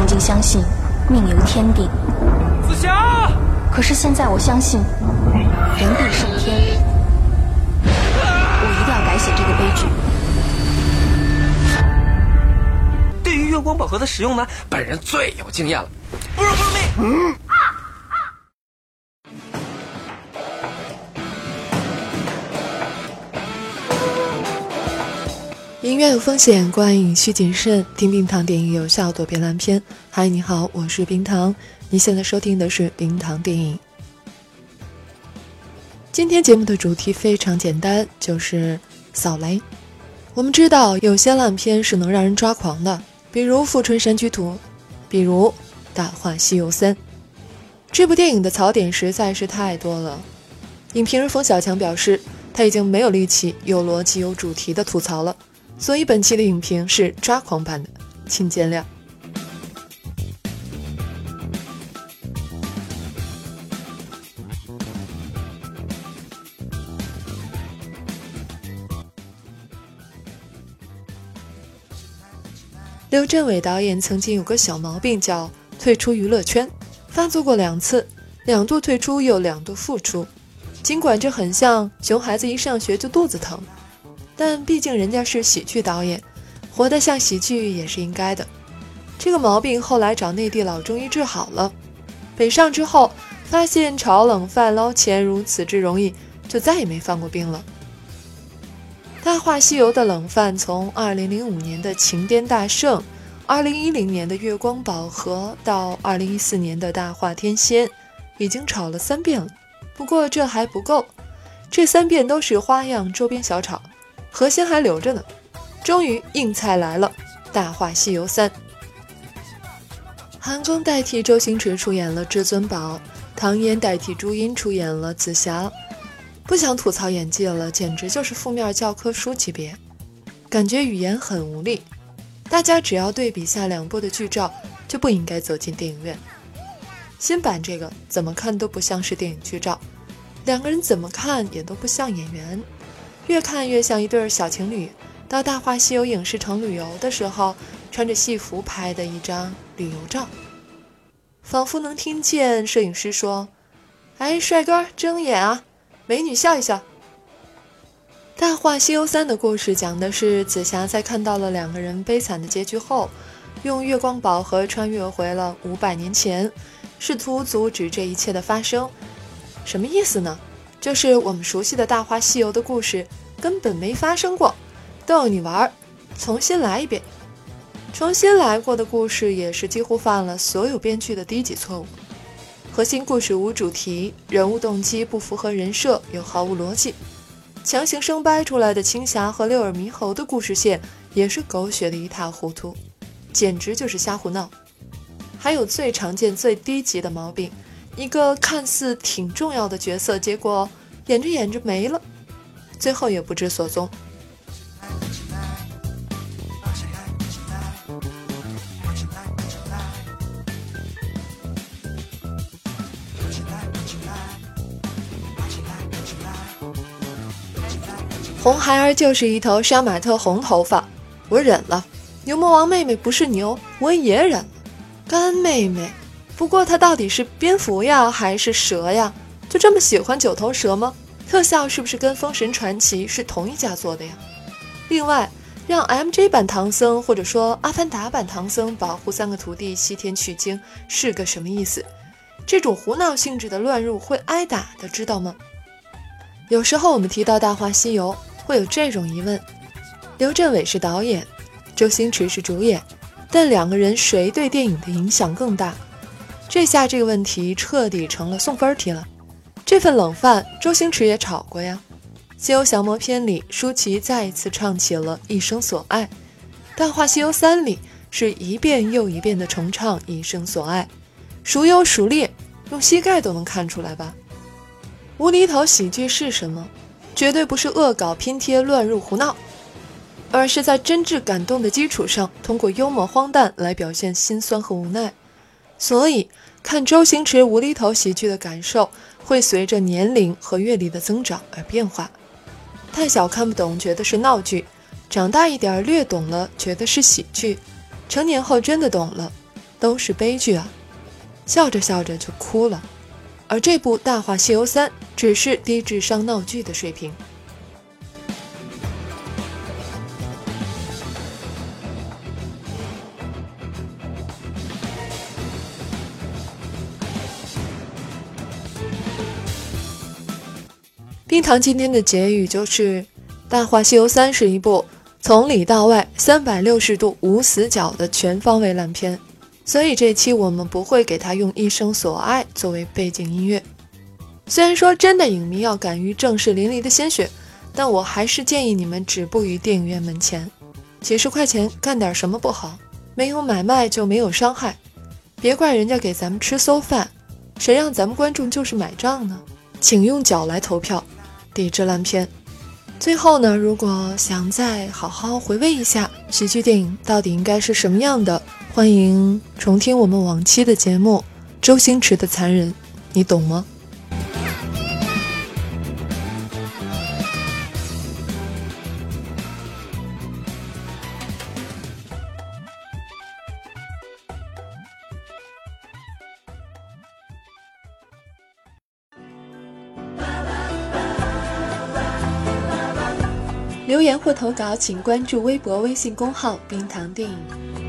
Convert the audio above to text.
曾经相信命由天定， 紫霞， 可是现在我相信人定胜天，我一定要改写这个悲剧。 对于月光宝盒的使用呢，本人最有经验了。不是妹。 音乐有风险，观影需谨慎，听冰糖电影有效躲避烂片。嗨，你好，我是冰糖，你现在收听的是冰糖电影。今天节目的主题非常简单，就是扫雷。我们知道有些烂片是能让人抓狂的，比如《富春山居图》，比如《大话西游3》。这部电影的槽点实在是太多了。影评人冯小强表示，他已经没有力气有逻辑有主题的吐槽了，所以本期的影评是抓狂版的，请见谅。刘镇伟导演曾经有个小毛病，叫退出娱乐圈，发作过2次，2度退出又2度复出。尽管这很像熊孩子一上学就肚子疼，但毕竟人家是喜剧导演，活得像喜剧也是应该的。这个毛病后来找内地老中医治好了，北上之后发现炒冷饭捞钱如此之容易，就再也没犯过病了。大话西游的冷饭从2005年的情颠大圣，2010年的月光宝盒到2014年的大话天仙，已经炒了3遍了。不过这还不够，这3遍都是花样周边小炒，核心还留着呢。终于硬菜来了，大话西游3。韩庚代替周星驰出演了至尊宝，唐嫣代替朱茵出演了紫霞。不想吐槽演技了，简直就是负面教科书级别，感觉语言很无力。大家只要对比下2部的剧照，就不应该走进电影院。新版这个怎么看都不像是电影剧照，2个人怎么看也都不像演员，越看越像一对小情侣到大话西游影视城旅游的时候穿着戏服拍的一张旅游照，仿佛能听见摄影师说：哎，帅哥睁眼啊，美女笑一笑。大话西游3的故事讲的是紫霞在看到了2个人悲惨的结局后，用月光宝盒穿越回了500年前，试图阻止这一切的发生。什么意思呢？就是我们熟悉的大话西游的故事根本没发生过，逗你玩，重新来一遍。重新来过的故事也是几乎犯了所有编剧的低级错误。核心故事无主题，人物动机不符合人设，又毫无逻辑。强行生掰出来的青霞和六耳猕猴的故事线也是狗血的一塌糊涂，简直就是瞎胡闹。还有最常见最低级的毛病，一个看似挺重要的角色，结果演着演着没了，最后也不知所踪。红孩儿就是一头杀马特红头发，我忍了。牛魔王妹妹不是牛，我也忍了。干妹妹，不过她到底是蝙蝠呀还是蛇呀？就这么喜欢9头蛇吗？特效是不是跟封神传奇是同一家做的呀？另外，让 MJ 版唐僧或者说阿凡达版唐僧保护3个徒弟西天取经是个什么意思？这种胡闹性质的乱入会挨打的，知道吗？有时候我们提到大话西游会有这种疑问，刘镇伟是导演，周星驰是主演，但2个人谁对电影的影响更大？这下这个问题彻底成了送分题了。这份冷饭周星驰也炒过呀，西游降魔篇里舒淇再一次唱起了一生所爱，大话西游3里是一遍又一遍的重唱一生所爱，孰优孰劣用膝盖都能看出来吧。无厘头喜剧是什么？绝对不是恶搞拼贴乱入胡闹，而是在真挚感动的基础上，通过幽默荒诞来表现心酸和无奈。所以看周星驰无厘头喜剧的感受会随着年龄和阅历的增长而变化。太小看不懂觉得是闹剧，长大一点略懂了觉得是喜剧，成年后真的懂了都是悲剧啊，笑着笑着就哭了。而这部《大话西游3》只是低智商闹剧的水平。冰糖今天的结语就是《大话西游3》是一部从里到外360度无死角的全方位烂片，所以这期我们不会给它用一生所爱作为背景音乐。虽然说真的影迷要敢于正视淋漓的鲜血，但我还是建议你们止步于电影院门前，几十块钱干点什么不好？没有买卖就没有伤害，别怪人家给咱们吃馊饭，谁让咱们观众就是买账呢？请用脚来投票，抵制烂片。最后呢，如果想再好好回味一下喜剧电影到底应该是什么样的，欢迎重听我们往期的节目《周星驰的残忍》，你懂吗？留言或投稿请关注微博微信公号冰糖电影。